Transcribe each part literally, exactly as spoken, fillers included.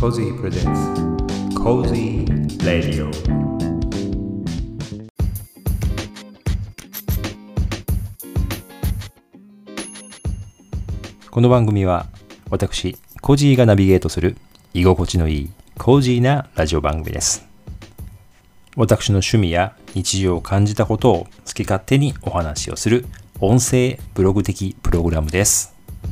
Cozy presents Cozy Radio。 この番組は私コジーがナビゲートする居心地のいいコージーなラジオ番組です。私の趣味や日常を感じたことを好き勝手にお話をする音声ブログ的プログラムです。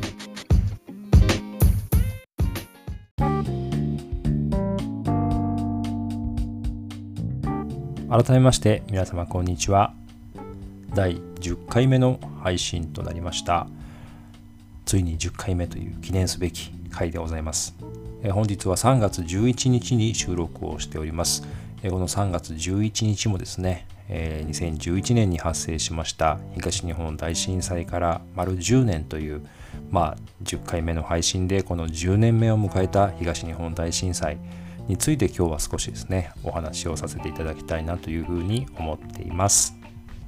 改めまして皆様こんにちは。だいじゅっかいめの配信となりました。ついにじゅっかいめという記念すべき回でございます。え本日はさんがつじゅういちにちに収録をしております。えこのさんがつじゅういちにちもですね、えー、にせんじゅういちねんに発生しました東日本大震災から丸じゅうねんという、まあ、じゅっかいめの配信でこのじゅうねんめを迎えた東日本大震災について今日は少しですねお話をさせていただきたいなというふうに思っています。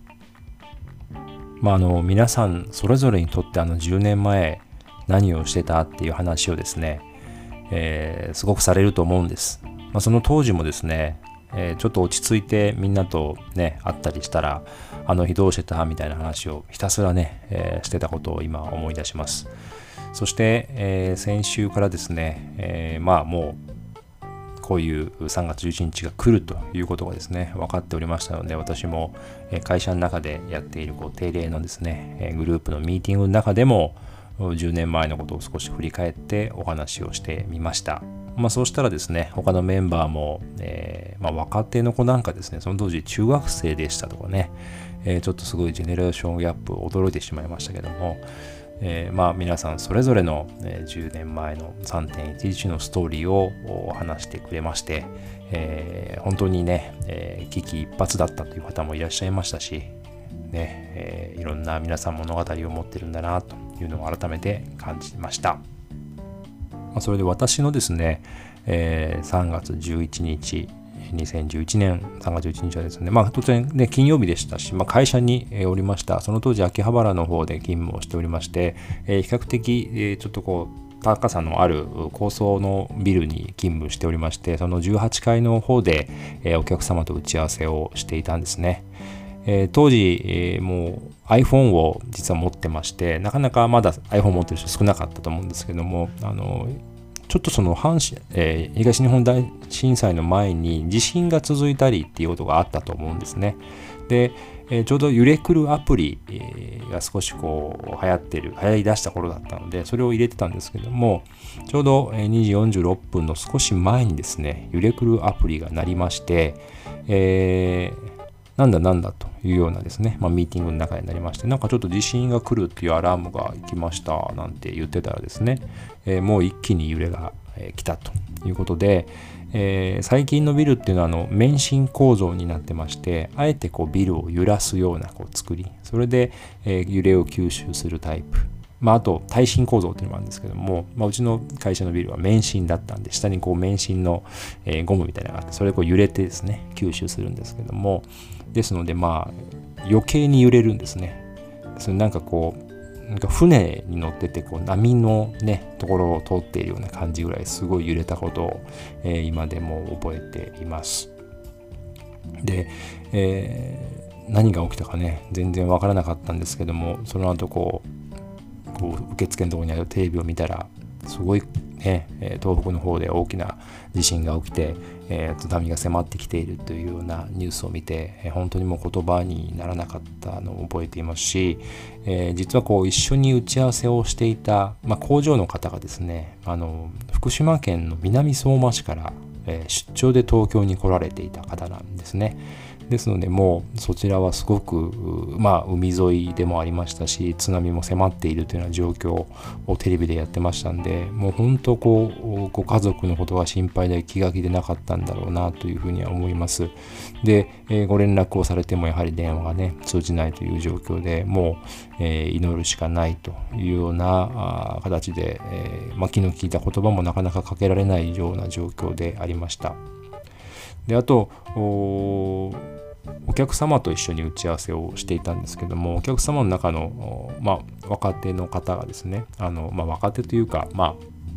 まあ、あの皆さんそれぞれにとってあのじゅうねんまえ何をしてたっていう話をですね、えー、すごくされると思うんです。まあ、その当時もですね、えー、ちょっと落ち着いてみんなとね会ったりしたらあの日どうしてたみたいな話をひたすらね、えー、してたことを今思い出します。そして、えー、先週からですね、えー、まあもうこういうさんがつじゅういちにちが来るということがですね分かっておりましたので、私も会社の中でやっているこう定例のですねグループのミーティングの中でもじゅうねんまえのことを少し振り返ってお話をしてみました。まあそうしたらですね他のメンバーも、えーまあ、若手の子なんかですねその当時中学生でしたとかね、えー、ちょっとすごいジェネレーションギャップ驚いてしまいましたけども、えー、まあ皆さんそれぞれのじゅうねんまえの さんてんいちいち のストーリーを話してくれまして、えー、本当にね、えー、危機一髪だったという方もいらっしゃいましたし、ねえー、いろんな皆さん物語を持ってるんだなというのを改めて感じました。それで私のですね、えー、さんがつじゅういちにちにせんじゅういちねんさんがつじゅういちにちはですね、まあ当然ね金曜日でしたし、まあ、会社に、えー、おりました。その当時秋葉原の方で勤務をしておりまして、えー、比較的、えー、ちょっとこう高さのある高層のビルに勤務しておりまして、そのじゅうはちかいの方で、えー、お客様と打ち合わせをしていたんですね。えー、当時、えー、もう iPhone を実は持ってまして、なかなかまだ iPhone 持ってる人少なかったと思うんですけども、あのちょっとその阪神、えー、東日本大震災の前に地震が続いたりっていうことがあったと思うんですね。で、えー、ちょうど揺れくるアプリ、えー、が少しこう流行ってる流行り出した頃だったので、それを入れてたんですけども、ちょうどにじよんじゅうろっぷんの少し前にですね揺れくるアプリが鳴りまして、えーなんだなんだというようなですね、まあ、ミーティングの中になりまして、なんかちょっと地震が来るっていうアラームが来ましたなんて言ってたらですね、えー、もう一気に揺れが、えー、来たということで、えー、最近のビルっていうのはあの免震構造になってまして、あえてこうビルを揺らすようなこう作り、それで、えー、揺れを吸収するタイプ。まあ、あと耐震構造っていうのもあるんですけども、まあ、うちの会社のビルは免震だったんで、下にこう免震の、えー、ゴムみたいなのがあって、それをこう揺れてですね吸収するんですけども、ですのでまあ余計に揺れるんですね。それなんかこうなんか船に乗っててこう波のねところを通っているような感じぐらいすごい揺れたことを、えー、今でも覚えています。で、えー、何が起きたかね全然わからなかったんですけども、その後こうこう受付のところにあるテレビを見たらすごいね、東北の方で大きな地震が起きて、えー、津波が迫ってきているというようなニュースを見て、本当にもう言葉にならなかったのを覚えていますし、えー、実はこう一緒に打ち合わせをしていた、まあ、工場の方がですね、あの福島県の南相馬市から、えー、出張で東京に来られていた方なんですね。ですのでもうそちらはすごく、まあ、海沿いでもありましたし、津波も迫っているというような状況をテレビでやってましたんで、もう本当こうご家族のことが心配で気が気でなかったんだろうなというふうには思います。で、えー、ご連絡をされてもやはり電話がね通じないという状況で、もう、えー、祈るしかないというような形で、えーまあ、気の利いた言葉もなかなかかけられないような状況でありました。で、あとおお客様と一緒に打ち合わせをしていたんですけども、お客様の中の、まあ、若手の方がですね、あの、まあ、若手というか、まあ、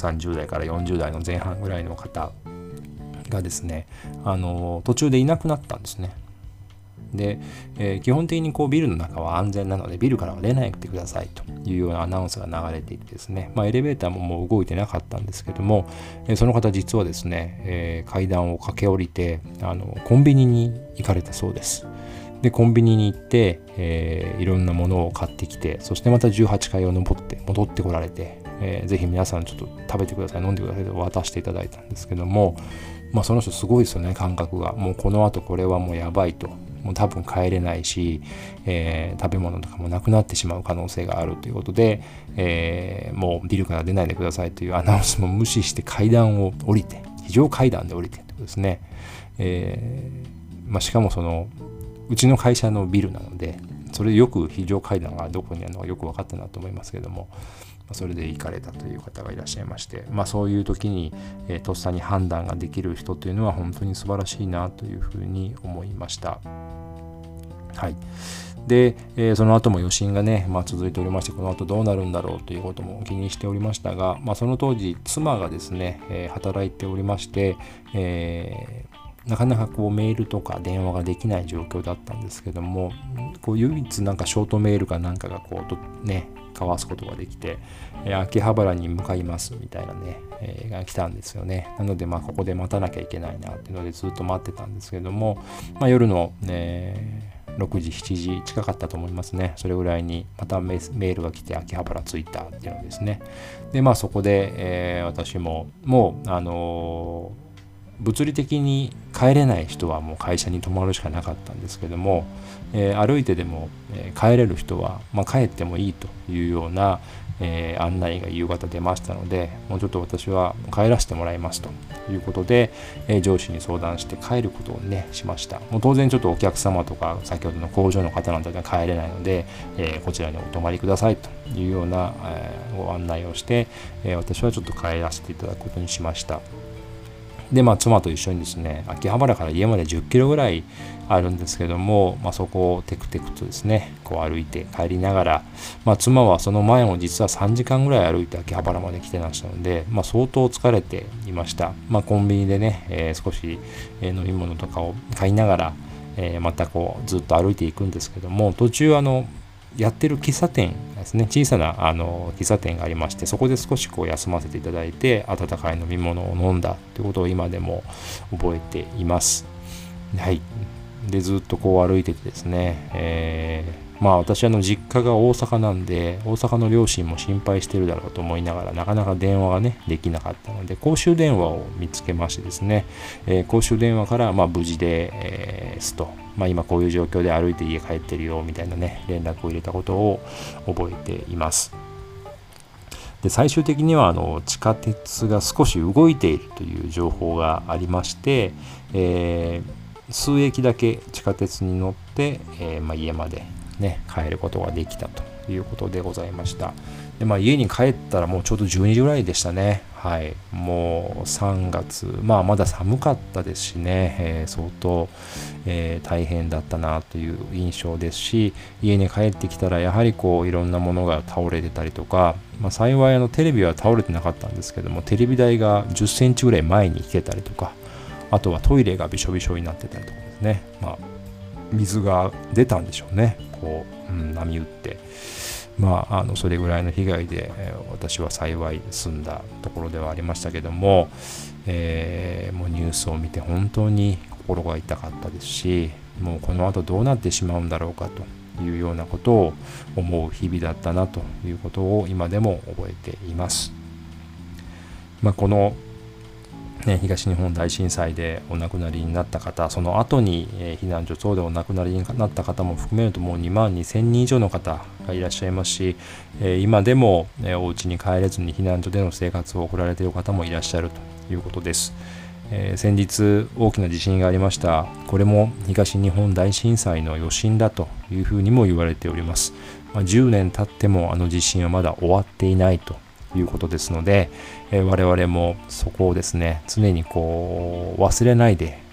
さんじゅう代からよんじゅう代の前半ぐらいの方がですね、あの途中でいなくなったんですね。で、えー、基本的にこうビルの中は安全なのでビルからは出ないでくださいというようなアナウンスが流れていてですね、まあ、エレベーターももう動いてなかったんですけども、えー、その方実はですね、えー、階段を駆け下りてあのコンビニに行かれたそうです。でコンビニに行って、えー、いろんなものを買ってきて、そしてまたじゅうはちかいを登って戻ってこられて、えー、ぜひ皆さんちょっと食べてください、飲んでくださいと渡していただいたんですけども、まあ、その人すごいですよね、感覚が。もうこの後これはもうやばいと、もう多分帰れないし、えー、食べ物とかもなくなってしまう可能性があるということで、えー、もうビルから出ないでくださいというアナウンスも無視して階段を降りて、非常階段で降りてということですね。えーまあ、しかもそのうちの会社のビルなので、それでよく非常階段がどこにあるのかよく分かったなと思いますけども、それで行かれたという方がいらっしゃいまして、まあ、そういう時に、えー、とっさに判断ができる人というのは本当に素晴らしいなというふうに思いました。はい。で、えー、その後も余震がね、まあ、続いておりまして、この後どうなるんだろうということも気にしておりましたが、まあ、その当時妻がですね、えー、働いておりまして、えーなかなかこうメールとか電話ができない状況だったんですけども、こう唯一なんかショートメールかなんかがこうね交わすことができて、えー、秋葉原に向かいますみたいなね、えー、が来たんですよね。なのでまあここで待たなきゃいけないなっていうのでずっと待ってたんですけども、まあ、夜の、ね、ろくじしちじ近かったと思いますね。それぐらいにまたメールが来て秋葉原着いたっていうのですね。でまあそこで、えー、私ももうあのー物理的に帰れない人はもう会社に泊まるしかなかったんですけども、えー、歩いてでも、えー、帰れる人は、まあ、帰ってもいいというような、えー、案内が夕方出ましたので、もうちょっと私は帰らせてもらいますということで、えー、上司に相談して帰ることをねしました。もう当然ちょっとお客様とか先ほどの工場の方なんかが帰れないので、えー、こちらにお泊まりくださいというような、えー、ご案内をして、えー、私はちょっと帰らせていただくことにしました。でまあ妻と一緒にですね、秋葉原から家までじゅっキロぐらいあるんですけども、まあ、そこをテクテクとですねこう歩いて帰りながら、まあ、妻はその前も実はさんじかんぐらい歩いて秋葉原まで来てましたので、まあ、相当疲れていました。まあ、コンビニでね、えー、少し飲み物とかを買いながら、えー、またこうずっと歩いていくんですけども、途中あのやってる喫茶店ですね、小さなあの喫茶店がありまして、そこで少しこう休ませていただいて温かい飲み物を飲んだということを今でも覚えています。はい。でずっとこう歩いててですね、えーまあ私あの実家が大阪なんで、大阪の両親も心配してるだろうと思いながらなかなか電話がねできなかったので、公衆電話を見つけましてですね、えー、公衆電話からまあ無事で、えー、すと、まあ、今こういう状況で歩いて家帰ってるよみたいなね連絡を入れたことを覚えています。で最終的にはあの地下鉄が少し動いているという情報がありまして、えー、数駅だけ地下鉄に乗って、えーまあ、家までね、帰ることができたということでございました。で、まあ、家に帰ったらもうちょうどじゅうにじぐらいでしたね。はい、もうさんがつ、まあまだ寒かったですしね、えー、相当、えー、大変だったなという印象ですし、家に帰ってきたらやはりこういろんなものが倒れてたりとか、まあ、幸いあのテレビは倒れてなかったんですけども、テレビ台がじゅっセンチぐらい前に来てたりとか、あとはトイレがびしょびしょになってたりとかですね、まあ、水が出たんでしょうね。こう、うん、波打って、まあ、あのそれぐらいの被害で、えー、私は幸い済んだところではありましたけども、えー、もうニュースを見て本当に心が痛かったですし、もうこの後どうなってしまうんだろうかというようなことを思う日々だったなということを今でも覚えています。まあ、このね、東日本大震災でお亡くなりになった方、その後に、えー、避難所等でお亡くなりになった方も含めるともうにまんにせんにん以上の方がいらっしゃいますし、えー、今でも、えー、お家に帰れずに避難所での生活を送られている方もいらっしゃるということです。えー、先日大きな地震がありました。これも東日本大震災の余震だというふうにも言われております。まあ、じゅうねん経ってもあの地震はまだ終わっていないということですので、えー、我々もそこをですね常にこう忘れないで、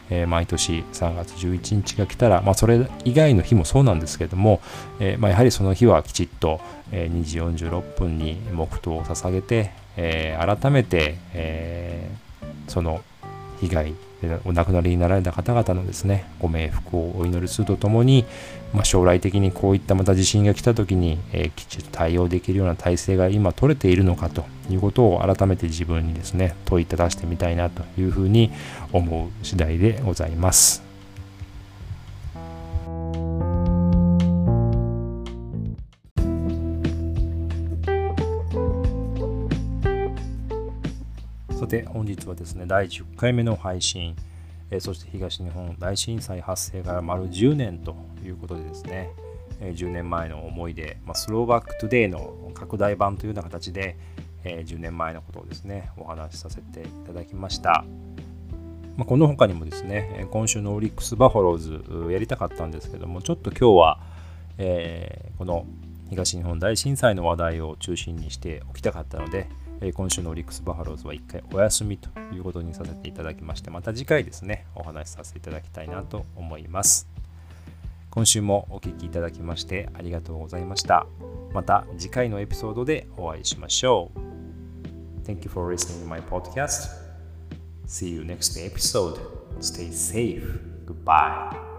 えー、毎年さんがつじゅういちにちが来たら、まあ、それ以外の日もそうなんですけども、えーまあ、やはりその日はきちっと、えー、にじよんじゅうろっぷんに黙祷を捧げて、えー、改めて、えー、その被害でお亡くなりになられた方々のですね、ご冥福をお祈りするとともに、まあ、将来的にこういったまた地震が来た時に、えー、きちっと対応できるような体制が今取れているのかということを改めて自分にですね、問いただしてみたいなというふうに思う次第でございます。さて本日はですね、だいじゅっかいめの配信、えー、そして東日本大震災発生から丸じゅうねんということでですね、えー、じゅうねんまえの思い出、まあ、スローバックトゥデイの拡大版というような形で、えー、じゅうねんまえのことをですねお話しさせていただきました。まあ、この他にもですね、今週のオリックスバファローズやりたかったんですけども、ちょっと今日は、えー、この東日本大震災の話題を中心にしておきたかったので、今週のオリックスバファローズは一回お休みということにさせていただきまして、また次回ですねお話しさせていただきたいなと思います。今週もお聞きいただきましてありがとうございました。また次回のエピソードでお会いしましょう。 Thank you for listening to my podcast. See you next episode. Stay safe. Goodbye.